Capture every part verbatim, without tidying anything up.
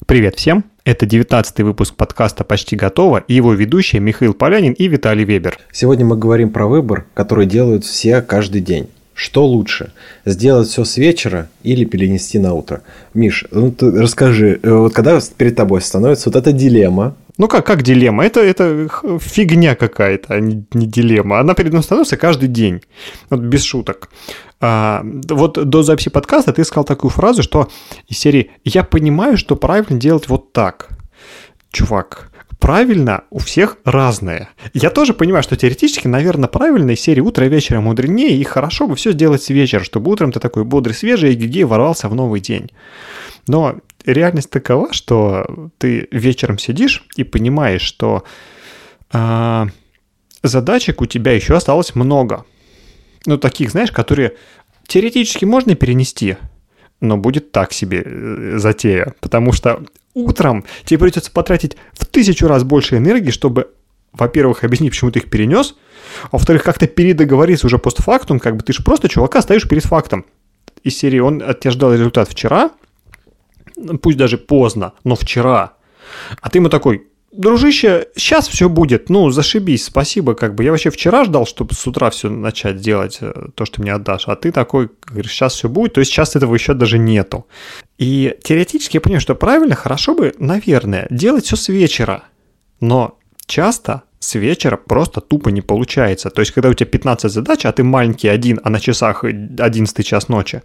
Привет всем! Это девятнадцатый выпуск подкаста «Почти готово» и его ведущие Михаил Полянин и Виталий Вебер. Сегодня мы говорим про выбор, который делают все каждый день. Что лучше, сделать все с вечера или перенести на утро? Миш, ну ты расскажи, вот когда перед тобой становится вот эта дилемма. Ну как, как дилемма? Это, это фигня какая-то, а не, не дилемма. Она перед нами становится каждый день, вот без шуток. А, вот до записи подкаста ты сказал такую фразу, что из серии «Я понимаю, что правильно делать вот так». Чувак, правильно у всех разное. Я тоже понимаю, что теоретически, наверное, правильно из серии «Утро вечером мудренее», и хорошо бы все сделать с вечера, чтобы утром ты такой бодрый, свежий, и гигей ворвался в новый день. Но реальность такова, что ты вечером сидишь и понимаешь, что э, задачек у тебя еще осталось много. Ну, таких, знаешь, которые теоретически можно перенести, но будет так себе затея. Потому что утром тебе придется потратить в тысячу раз больше энергии, чтобы, во-первых, объяснить, почему ты их перенес, а во-вторых, как-то передоговориться уже постфактум, как бы ты же просто чувака ставишь перед фактом. Из серии он от тебя ждал результат вчера, пусть даже поздно, но вчера. А ты ему такой: дружище, сейчас все будет, ну, зашибись, спасибо, как бы я вообще вчера ждал, чтобы с утра все начать делать, то, что ты мне отдашь, а ты такой говоришь, сейчас все будет, то есть сейчас этого еще даже нету. И теоретически я понимаю, что правильно, хорошо бы, наверное, делать все с вечера, но часто с вечера просто тупо не получается. То есть, когда у тебя пятнадцать задач, а ты маленький один, а на часах одиннадцатый час ночи,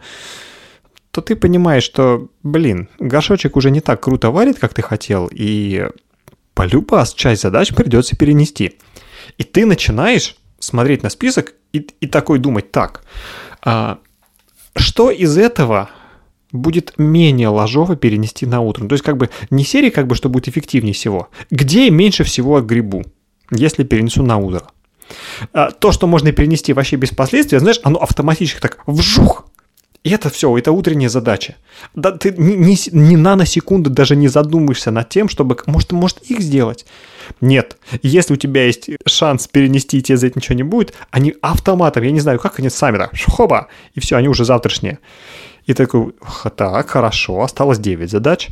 то ты понимаешь, что, блин, горшочек уже не так круто варит, как ты хотел, и полюбас часть задач придется перенести. И ты начинаешь смотреть на список и, и такой думать, так, а, что из этого будет менее ложово перенести на утро? То есть, как бы, не серии, как бы, что будет эффективнее всего. Где меньше всего отгребу, если перенесу на утро? А, то, что можно перенести вообще без последствий, знаешь, оно автоматически так вжух. И это все, это утренняя задача. Да, ты ни, ни, ни наносекунды даже не задумаешься над тем, чтобы, может, может их сделать. Нет. Если у тебя есть шанс перенести, и тебе за это ничего не будет, они автоматом, я не знаю, как они сами так, хоба, и все, они уже завтрашние. И такой, так, хорошо, осталось девять задач.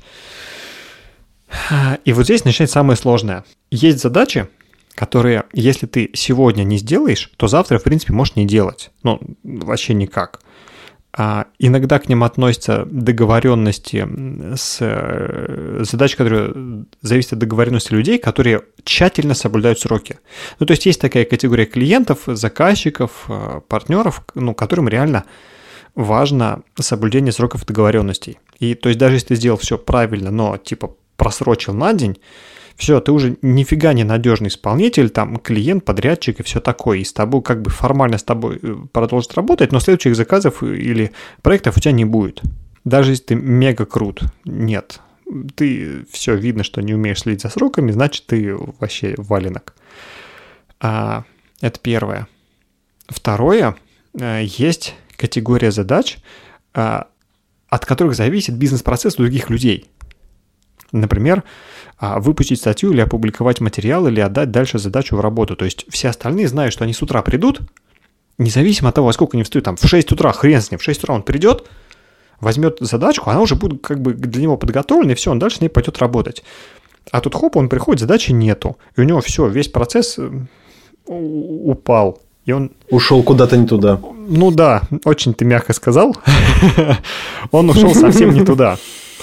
И вот здесь начинается самое сложное. Есть задачи, которые, если ты сегодня не сделаешь, то завтра, в принципе, можешь не делать. Ну, вообще никак. А иногда к ним относятся договоренности с задачи, которые зависят от договоренности людей, которые тщательно соблюдают сроки. Ну, то есть есть такая категория клиентов, заказчиков, партнеров, ну, которым реально важно соблюдение сроков договоренностей. И то есть даже если ты сделал все правильно, но типа просрочил на день, все, ты уже нифига не надежный исполнитель, там клиент, подрядчик и все такое. И с тобой как бы формально с тобой продолжит работать, но следующих заказов или проектов у тебя не будет. Даже если ты мега крут. Нет. Ты все видно, что не умеешь следить за сроками, значит, ты вообще валенок. А, это первое. Второе. Есть категория задач, от которых зависит бизнес-процесс других людей. Например, выпустить статью или опубликовать материал, или отдать дальше задачу в работу. То есть все остальные знают, что они с утра придут, независимо от того, во сколько они встают, там в шесть утра, хрен с ним, в шесть утра он придет, возьмет задачку, она уже будет как бы для него подготовлена, и все, он дальше с ней пойдет работать. А тут хоп, он приходит, задачи нету, и у него все, весь процесс упал. И он ушел куда-то не туда. Ну да, очень ты мягко сказал. Он ушел совсем не туда.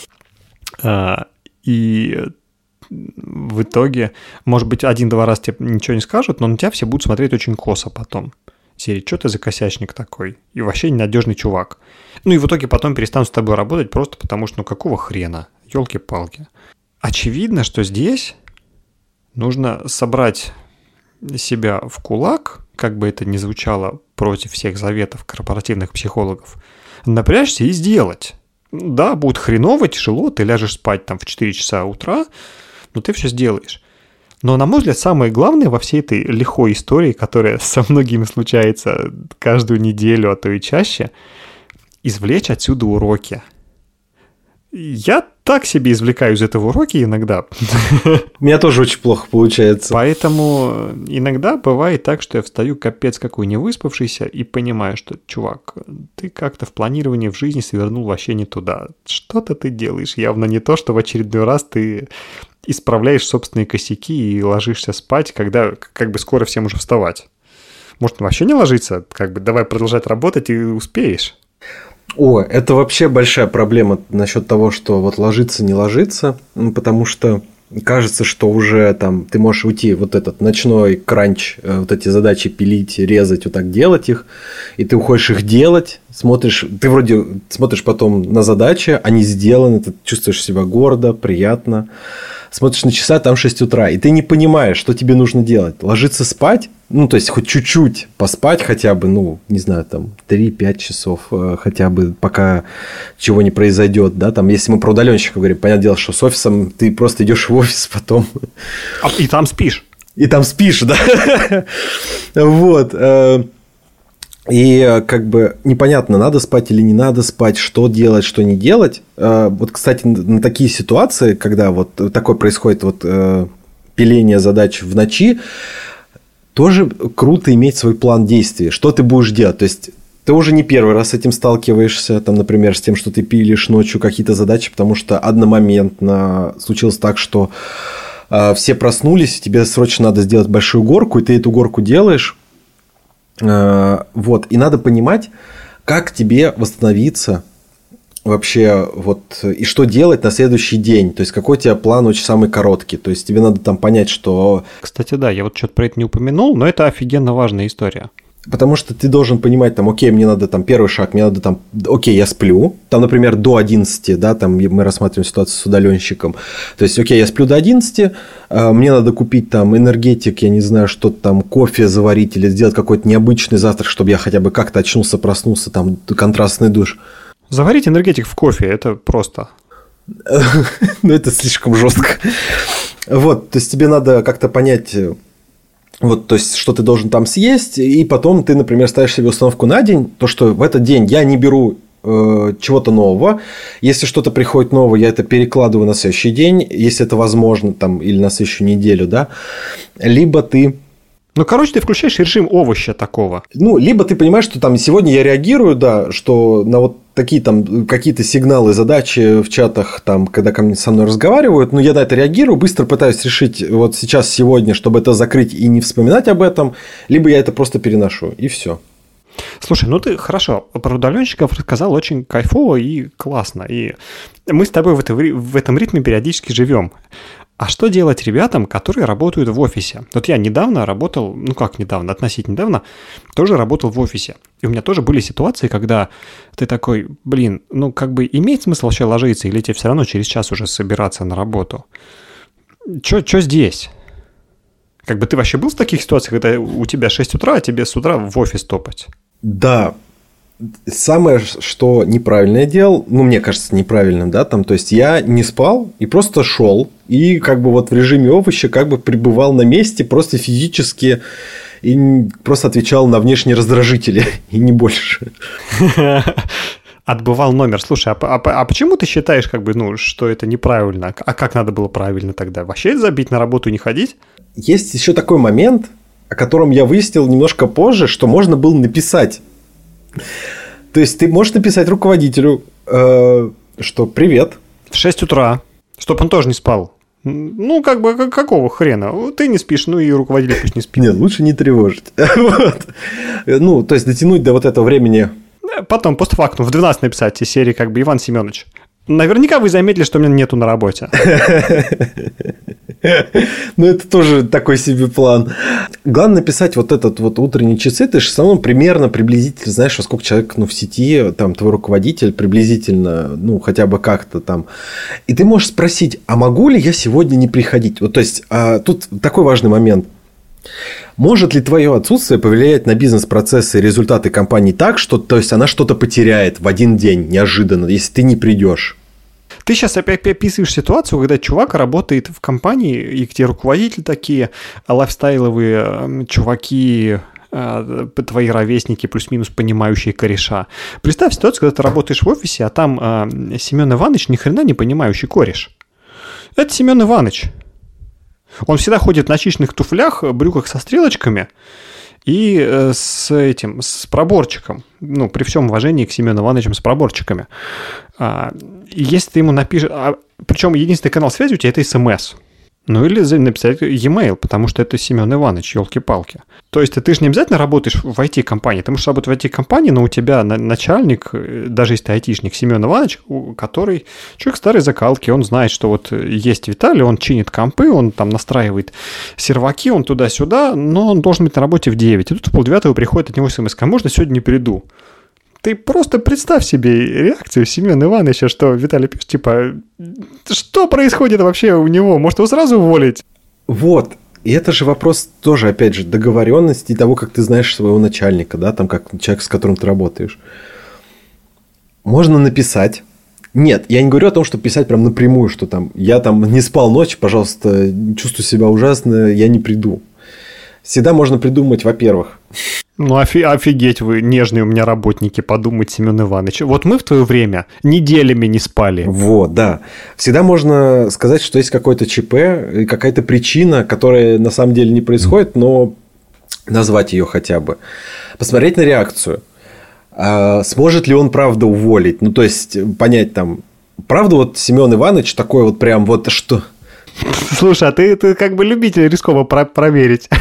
И в итоге, может быть, один-два раза тебе ничего не скажут, но на тебя все будут смотреть очень косо потом. Серии, что ты за косячник такой? И вообще ненадежный чувак. Ну и в итоге потом перестанут с тобой работать просто потому, что ну какого хрена? Ёлки-палки. Очевидно, что здесь нужно собрать себя в кулак, как бы это ни звучало против всех заветов корпоративных психологов, напрячься и сделать. Да, будет хреново, тяжело, ты ляжешь спать там в четыре часа утра, но ты все сделаешь. Но, на мой взгляд, самое главное во всей этой лихой истории, которая со многими случается каждую неделю, а то и чаще, извлечь отсюда уроки. Я так себе извлекаю из этого уроки иногда. У меня тоже очень плохо получается. Поэтому иногда бывает так, что я встаю капец какой невыспавшийся и понимаю, что, чувак, ты как-то в планировании в жизни свернул вообще не туда. Что-то ты делаешь явно не то, что в очередной раз ты исправляешь собственные косяки и ложишься спать, когда как бы скоро всем уже вставать. Может, вообще не ложиться? Как бы давай продолжать работать и успеешь. О, это вообще большая проблема насчет того, что вот ложиться, не ложиться, потому что кажется, что уже там ты можешь уйти вот этот ночной кранч, вот эти задачи пилить, резать, вот так делать их, и ты уходишь их делать, смотришь, ты вроде смотришь потом на задачи, они сделаны, ты чувствуешь себя гордо, приятно, смотришь на часы, там шесть утра, и ты не понимаешь, что тебе нужно делать. Ложиться спать, ну, то есть хоть чуть-чуть поспать хотя бы, ну, не знаю, там три-пять часов хотя бы, пока чего не произойдет, да, там, если мы про удаленщиков говорим, понятное дело, что с офисом ты просто идешь в офис потом. И там спишь. И там спишь, да. Вот. И как бы непонятно, надо спать или не надо спать, что делать, что не делать. Вот, кстати, на такие ситуации, когда вот такое происходит вот пиление задач в ночи, тоже круто иметь свой план действий. Что ты будешь делать? То есть, ты уже не первый раз с этим сталкиваешься, там, например, с тем, что ты пилишь ночью какие-то задачи, потому что одномоментно случилось так, что э, все проснулись, тебе срочно надо сделать большую горку, и ты эту горку делаешь. Э, вот. И надо понимать, как тебе восстановиться вообще, вот, и что делать на следующий день, то есть какой у тебя план очень самый короткий, то есть тебе надо там понять, что... Кстати, да, я вот что-то про это не упомянул, но это офигенно важная история. Потому что ты должен понимать, там, окей, мне надо там первый шаг, мне надо там, окей, я сплю, там, например, до одиннадцати, да, там мы рассматриваем ситуацию с удаленщиком, то есть, окей, я сплю до одиннадцати, мне надо купить там энергетик, я не знаю, что-то там, кофе заварить или сделать какой-то необычный завтрак, чтобы я хотя бы как-то очнулся, проснулся, там, контрастный душ. Заварить энергетик в кофе – это просто. Ну, это слишком жестко. Вот, то есть, тебе надо как-то понять, вот, то есть, что ты должен там съесть, и потом ты, например, ставишь себе установку на день, то, что в этот день я не беру э, чего-то нового. Если что-то приходит новое, я это перекладываю на следующий день, если это возможно, там, или на следующую неделю, да. Либо ты... Ну, короче, ты включаешь режим овоща такого. Ну, либо ты понимаешь, что там сегодня я реагирую, да, что на вот такие там какие-то сигналы, задачи в чатах, там, когда ко мне со мной разговаривают, ну, я на это реагирую, быстро пытаюсь решить вот сейчас, сегодня, чтобы это закрыть и не вспоминать об этом, либо я это просто переношу, и все. Слушай, ну ты хорошо про удаленщиков рассказал очень кайфово и классно, и мы с тобой в, это, в этом ритме периодически живем. А что делать ребятам, которые работают в офисе? Вот я недавно работал, ну как недавно, относительно недавно, тоже работал в офисе. И у меня тоже были ситуации, когда ты такой, блин, ну как бы имеет смысл вообще ложиться, или тебе все равно через час уже собираться на работу? Что здесь? Как бы ты вообще был в таких ситуациях, когда у тебя шесть утра, а тебе с утра в офис топать? Да. Самое, что неправильно я делал, ну, мне кажется, неправильным, да, там, то есть, я не спал и просто шел, и как бы вот в режиме овоща как бы пребывал на месте просто физически и просто отвечал на внешние раздражители, и не больше. Отбывал номер. Слушай, а, а, а почему ты считаешь, как бы, ну, что это неправильно? А как надо было правильно тогда? Вообще забить на работу и не ходить? Есть еще такой момент, о котором я выяснил немножко позже, что можно было написать. То есть, ты можешь написать руководителю, э, что «Привет». В шесть утра, чтобы он тоже не спал. Ну, как бы, какого хрена? Ты не спишь, ну и руководитель пусть не спит. Нет, лучше не тревожить. Вот. Ну, то есть, дотянуть до вот этого времени. Потом, постфактум, в двенадцать написать из серии, как бы, Иван Семенович. Наверняка вы заметили, что меня нету на работе. Ну, это тоже такой себе план. Главное написать вот этот вот утренние часы. Ты же все равно примерно, приблизительно знаешь, во сколько человек, ну, в сети, там, твой руководитель приблизительно, ну, хотя бы как-то там. И ты можешь спросить, а могу ли я сегодня не приходить? Вот, то есть, а, тут такой важный момент. Может ли твое отсутствие повлиять на бизнес-процессы и результаты компании так, что, то есть, она что-то потеряет в один день неожиданно, если ты не придешь? Ты сейчас опять описываешь ситуацию, когда чувак работает в компании, и где руководители такие, лайфстайловые чуваки, твои ровесники, плюс-минус понимающие кореша. Представь ситуацию, когда ты работаешь в офисе, а там Семен Иванович ни хрена не понимающий кореш. Это Семен Иванович. Он всегда ходит в начищенных туфлях, брюках со стрелочками, и с этим, с проборчиком. Ну, при всем уважении к Семену Ивановичу с проборчиками. А, если ты ему напишешь... А, причем единственный канал связи у тебя – это СМС. Ну, или написать e-mail, потому что это Семен Иванович, елки-палки. То есть ты же не обязательно работаешь в ай ти-компании. Ты можешь работать в ай ти-компании, но у тебя начальник, даже если ты айтишник, Семен Иванович, который человек старой закалки, он знает, что вот есть Виталий, он чинит компы, он там настраивает серваки, он туда-сюда, но он должен быть на работе в девять. И тут в полдевятого приходит от него смс: можно сегодня не приду? Ты просто представь себе реакцию Семена Ивановича, что Виталий пишет, типа, что происходит вообще у него? Может, его сразу уволить? Вот. И это же вопрос тоже, опять же, договоренности и того, как ты знаешь своего начальника, да, там, как человек, с которым ты работаешь. Можно написать. Нет, я не говорю о том, что писать прям напрямую, что там, я там не спал ночь, пожалуйста, чувствую себя ужасно, я не приду. Всегда можно придумать, во-первых. Ну, офи- офигеть вы, нежные у меня работники, подумать, Семен Иванович. Вот мы в твое время неделями не спали. Вот, да. Всегда можно сказать, что есть какое-то ЧП, какая-то причина, которая на самом деле не происходит, но назвать ее хотя бы. Посмотреть на реакцию. А сможет ли он правда уволить? Ну, то есть, понять там, правда вот Семен Иванович такой вот прям вот что... Слушай, а ты, ты как бы любитель рисково про- проверить.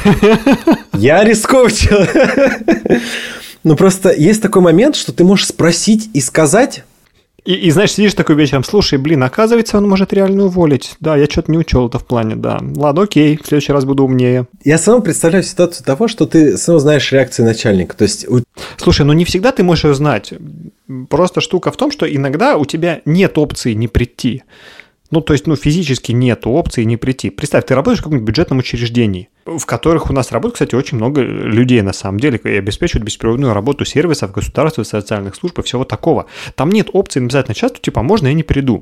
Я рисковый человек. Ну, просто есть такой момент, что ты можешь спросить и сказать. И, и знаешь, сидишь такой вечером, слушай, блин, оказывается, он может реально уволить. Да, я что-то не учел это в плане, да. Ладно, окей, в следующий раз буду умнее. Я сам представляю ситуацию того, что ты сам знаешь реакции начальника. То есть... Слушай, ну не всегда ты можешь ее знать. Просто штука в том, что иногда у тебя нет опции не прийти. Ну, то есть, ну, физически нет опции не прийти. Представь, ты работаешь в каком-нибудь бюджетном учреждении, в которых у нас работает, кстати, очень много людей на самом деле, и обеспечивают беспрерывную работу сервисов, государства, социальных служб и всего такого. Там нет опции написать на чат, типа, можно я не приду.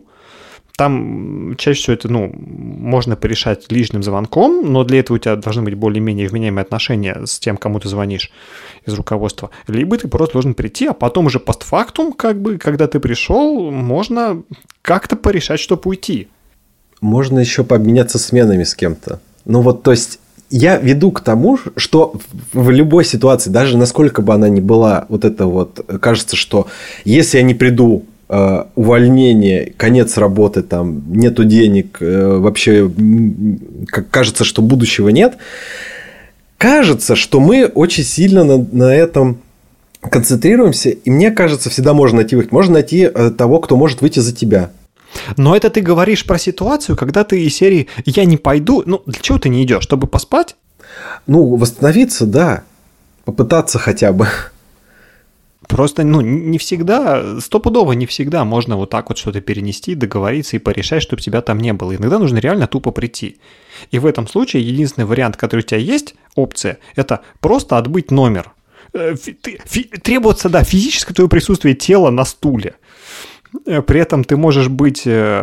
Там чаще всего это, ну, можно порешать личным звонком, но для этого у тебя должны быть более-менее вменяемые отношения с тем, кому ты звонишь из руководства. Либо ты просто должен прийти, а потом уже постфактум, как бы, когда ты пришел, можно как-то порешать, чтобы уйти. Можно еще пообменяться сменами с кем-то. Ну вот, то есть, я веду к тому, что в любой ситуации, даже насколько бы она ни была, вот это вот, кажется, что если я не приду, увольнение, конец работы, там нету денег, вообще кажется, что будущего нет. Кажется, что мы очень сильно на, на этом концентрируемся, и мне кажется, всегда можно найти выход. Можно найти того, кто может выйти за тебя. Но это ты говоришь про ситуацию, когда ты из серии «я не пойду». Ну, для чего ты не идешь? Чтобы поспать? Ну, восстановиться, да. Попытаться хотя бы. Просто, ну, не всегда, стопудово не всегда можно вот так вот что-то перенести, договориться и порешать, чтобы тебя там не было. Иногда нужно реально тупо прийти. И в этом случае единственный вариант, который у тебя есть, опция, это просто отбыть номер. Требуется, да, физическое твое присутствие тела на стуле. При этом ты можешь быть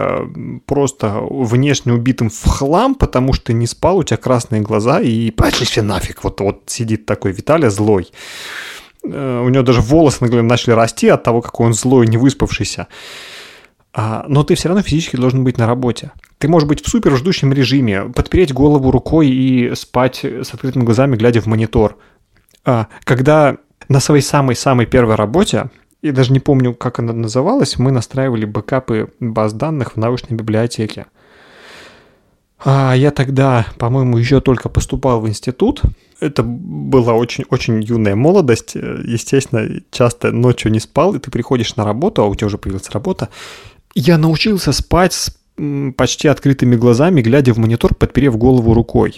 просто внешне убитым в хлам, потому что ты не спал, у тебя красные глаза, и пошли все нафиг. Вот, вот сидит такой Виталя злой. У него даже волосы на голове начали расти от того, какой он злой, не выспавшийся. Но ты все равно физически должен быть на работе. Ты можешь быть в супер ждущем режиме, подпереть голову рукой и спать с открытыми глазами, глядя в монитор. Когда на своей самой-самой первой работе, я даже не помню, как она называлась, мы настраивали бэкапы баз данных в научной библиотеке. А я тогда, по-моему, еще только поступал в институт. Это была очень, очень юная молодость. Естественно, часто ночью не спал, и ты приходишь на работу, а у тебя уже появилась работа. Я научился спать с почти открытыми глазами, глядя в монитор, подперев голову рукой.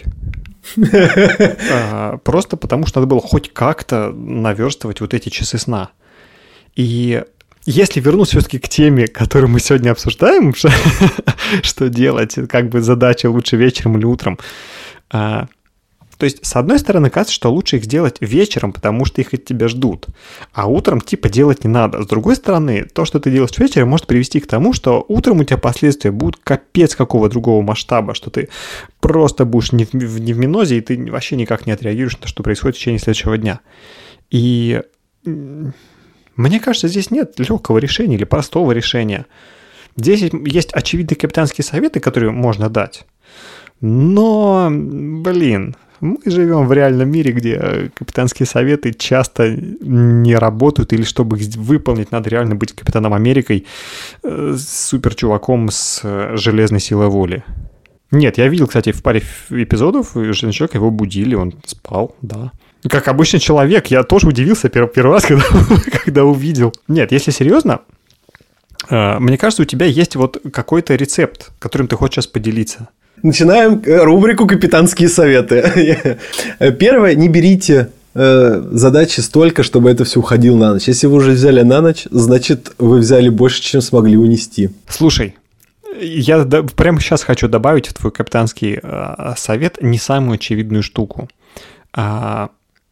Просто потому, что надо было хоть как-то наверстывать вот эти часы сна. И если вернуться все-таки к теме, которую мы сегодня обсуждаем, что, что делать, как бы задача лучше вечером или утром. А, то есть, с одной стороны, кажется, что лучше их сделать вечером, потому что их от тебя ждут. А утром типа делать не надо. С другой стороны, то, что ты делаешь вечером, может привести к тому, что утром у тебя последствия будут капец какого другого масштаба, что ты просто будешь не в, не в минозе, и ты вообще никак не отреагируешь на то, что происходит в течение следующего дня. И... Мне кажется, здесь нет легкого решения или простого решения. Здесь есть очевидные капитанские советы, которые можно дать. Но, блин, Мы живем в реальном мире, где капитанские советы часто не работают, или чтобы их выполнить, надо реально быть Капитаном Америкой, э, суперчуваком с железной силой воли. Нет, я видел, кстати, в паре эпизодов Железный человек, его будили, он спал, да. Как обычный человек, я тоже удивился первый, первый раз, когда, когда увидел. Нет, если серьезно, э, мне кажется, у тебя есть вот какой-то рецепт, которым ты хочешь сейчас поделиться. Начинаем рубрику «Капитанские советы». Первое, не берите э, задачи столько, чтобы это все уходило на ночь. Если вы уже взяли на ночь, значит, вы взяли больше, чем смогли унести. Слушай, я да, прямо сейчас хочу добавить в твой капитанский э, совет не самую очевидную штуку. А,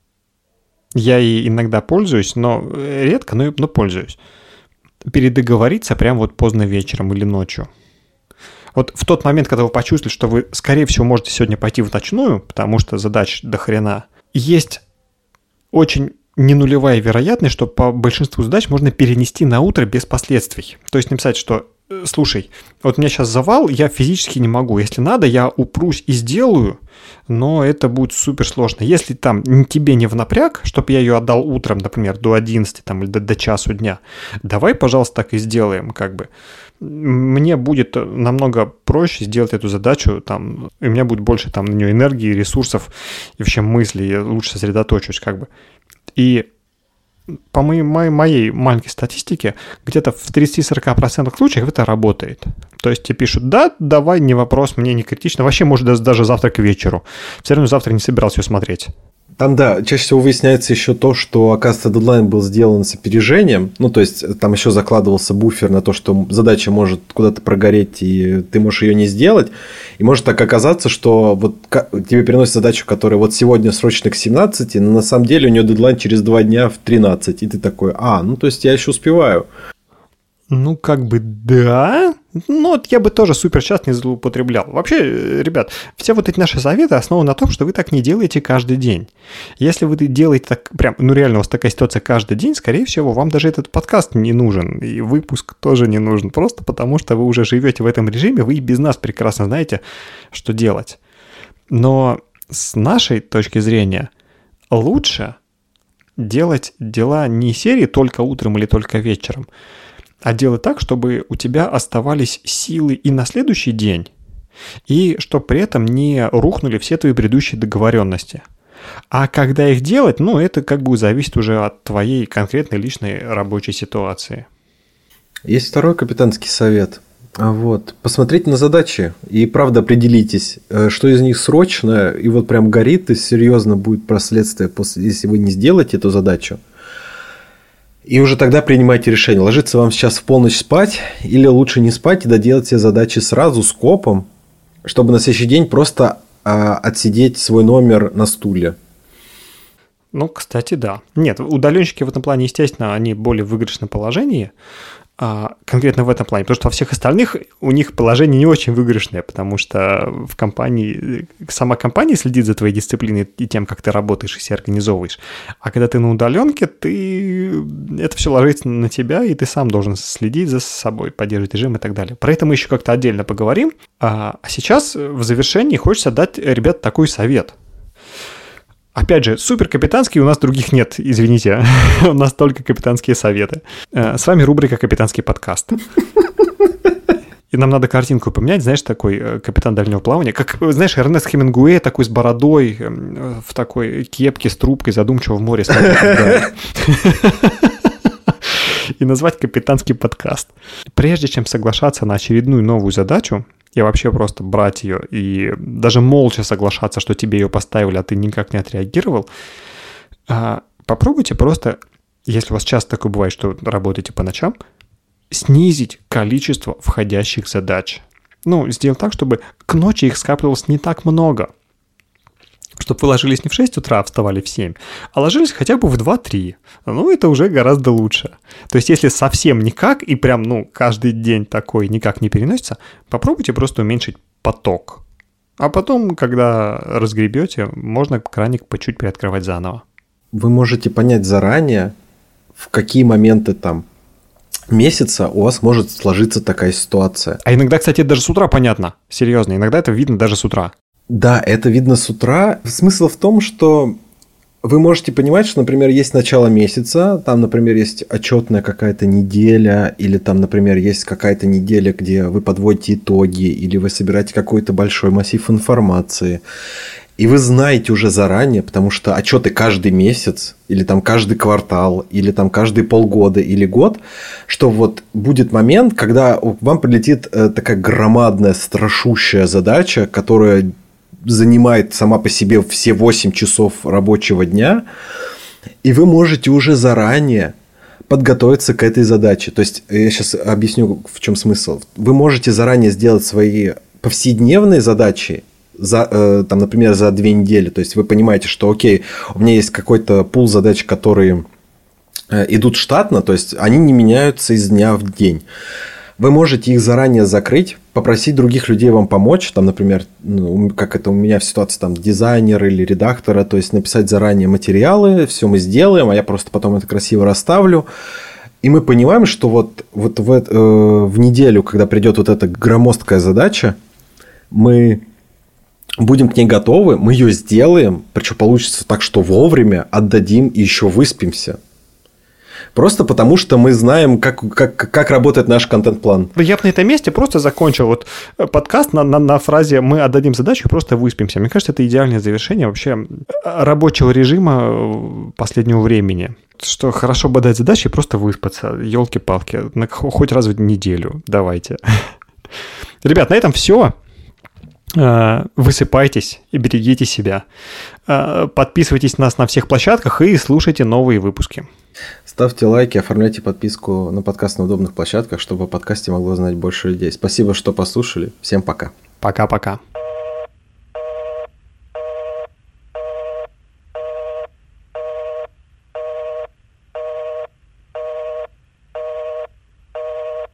я ей иногда пользуюсь, но редко, но, но пользуюсь. Передоговориться прямо вот поздно вечером или ночью. Вот в тот момент, когда вы почувствовали, что вы, скорее всего, можете сегодня пойти в ночную, потому что задач до хрена, есть очень ненулевая вероятность, что по большинству задач можно перенести на утро без последствий. То есть написать, что слушай, вот у меня сейчас завал, я физически не могу. Если надо, я упрусь и сделаю, но это будет супер сложно. Если там тебе не в напряг, чтобы я ее отдал утром, например, до одиннадцати там, или до, до часу дня, давай, пожалуйста, так и сделаем, как бы. Мне будет намного проще сделать эту задачу, там, и у меня будет больше там на нее энергии, ресурсов и вообще мыслей, я лучше сосредоточусь, как бы. И по моей, моей, моей маленькой статистике, где-то в тридцать-сорок процентов случаев это работает. То есть тебе пишут, да, давай, не вопрос, мне не критично, вообще, может, даже завтра к вечеру. Все равно завтра не собирался ее смотреть. Там, да, чаще всего выясняется еще то, что, оказывается, дедлайн был сделан с опережением. Ну, то есть, там еще закладывался буфер на то, что задача может куда-то прогореть, и ты можешь ее не сделать. И может так оказаться, что вот тебе переносят задачу, которая вот сегодня срочно к семнадцати, но на самом деле у нее дедлайн через два дня в тринадцать. И ты такой, а, ну, то есть, я еще успеваю. Ну, как бы да, но вот я бы тоже супер часто не злоупотреблял. Вообще, ребят, все вот эти наши советы основаны на том, что вы так не делаете каждый день. Если вы делаете так, прям, ну реально у вас такая ситуация каждый день, скорее всего, вам даже этот подкаст не нужен, и выпуск тоже не нужен, просто потому что вы уже живете в этом режиме, вы и без нас прекрасно знаете, что делать. Но с нашей точки зрения лучше делать дела не серии только утром или только вечером, а делать так, чтобы у тебя оставались силы и на следующий день, и чтобы при этом не рухнули все твои предыдущие договоренности. А когда их делать, ну, это как бы зависит уже от твоей конкретной личной рабочей ситуации. Есть второй капитанский совет. Вот. Посмотрите на задачи и, правда, определитесь, что из них срочно, и вот прям горит, и серьезно будет последствия, после, если вы не сделаете эту задачу. И уже тогда принимайте решение, ложиться вам сейчас в полночь спать, или лучше не спать и доделать все задачи сразу, скопом, чтобы на следующий день просто а, отсидеть свой номер на стуле. Ну, кстати, да. Нет, удаленщики в этом плане, естественно, они более в выигрышном положении, а, конкретно в этом плане, потому что во всех остальных у них положение не очень выигрышное, потому что в компании, сама компания следит за твоей дисциплиной и тем, как ты работаешь и себя организовываешь. А когда ты на удаленке, ты... это все ложится на тебя, и ты сам должен следить за собой, поддерживать режим и так далее. Про это мы еще как-то отдельно поговорим. А сейчас в завершении хочется дать, ребят, такой совет. Опять же, супер капитанский, у нас других нет, извините, у нас только капитанские советы. С вами рубрика «Капитанский подкаст». И нам надо картинку поменять, знаешь, такой капитан дальнего плавания, как, знаешь, Эрнест Хемингуэй такой с бородой, в такой кепке с трубкой, задумчиво в море смотрит. И назвать «Капитанский подкаст». Прежде чем соглашаться на очередную новую задачу, и вообще просто брать ее и даже молча соглашаться, что тебе ее поставили, а ты никак не отреагировал, попробуйте просто, если у вас часто такое бывает, что работаете по ночам, снизить количество входящих задач. Ну, сделать так, чтобы к ночи их скапливалось не так много. Чтобы вы ложились не в шесть утра, а вставали в семь, а ложились хотя бы в два-три. Ну, это уже гораздо лучше. То есть, если совсем никак, и прям, ну, каждый день такой никак не переносится, попробуйте просто уменьшить поток. А потом, когда разгребете, можно краник по чуть приоткрывать заново. Вы можете понять заранее, в какие моменты там месяца у вас может сложиться такая ситуация. А иногда, кстати, даже с утра понятно. Серьезно, иногда это видно даже с утра. Да, это видно с утра. Смысл в том, что вы можете понимать, что, например, есть начало месяца, там, например, есть отчетная какая-то неделя, или там, например, есть какая-то неделя, где вы подводите итоги, или вы собираете какой-то большой массив информации. И вы знаете уже заранее, потому что отчеты каждый месяц, или там каждый квартал, или там каждые полгода, или год, что вот будет момент, когда вам прилетит такая громадная, страшущая задача, которая занимает сама по себе все восемь часов рабочего дня, и вы можете уже заранее подготовиться к этой задаче. То есть, я сейчас объясню, в чем смысл. Вы можете заранее сделать свои повседневные задачи, за, там, например, за две недели. То есть, вы понимаете, что, окей, у меня есть какой-то пул задач, которые идут штатно, то есть, они не меняются из дня в день. Вы можете их заранее закрыть, попросить других людей вам помочь, там, например, ну, как это у меня в ситуации, там, дизайнера или редактора, то есть, написать заранее материалы, все мы сделаем, а я просто потом это красиво расставлю. И мы понимаем, что вот, вот в, э, в неделю, когда придет вот эта громоздкая задача, мы будем к ней готовы, мы ее сделаем, причем получится так, что вовремя отдадим и еще выспимся. Просто потому, что мы знаем, как, как, как работает наш контент-план. Я бы на этом месте просто закончил вот подкаст на, на, на фразе «мы отдадим задачу и просто выспимся». Мне кажется, это идеальное завершение вообще рабочего режима последнего времени. Что хорошо бы дать задачи и просто выспаться. Ёлки-палки. Хоть раз в неделю. Давайте. Ребят, на этом все. Высыпайтесь и берегите себя. Подписывайтесь на нас на всех площадках и слушайте новые выпуски. Ставьте лайки, оформляйте подписку на подкаст на удобных площадках, чтобы о подкасте могло знать больше людей. Спасибо, что послушали. Всем пока. Пока-пока.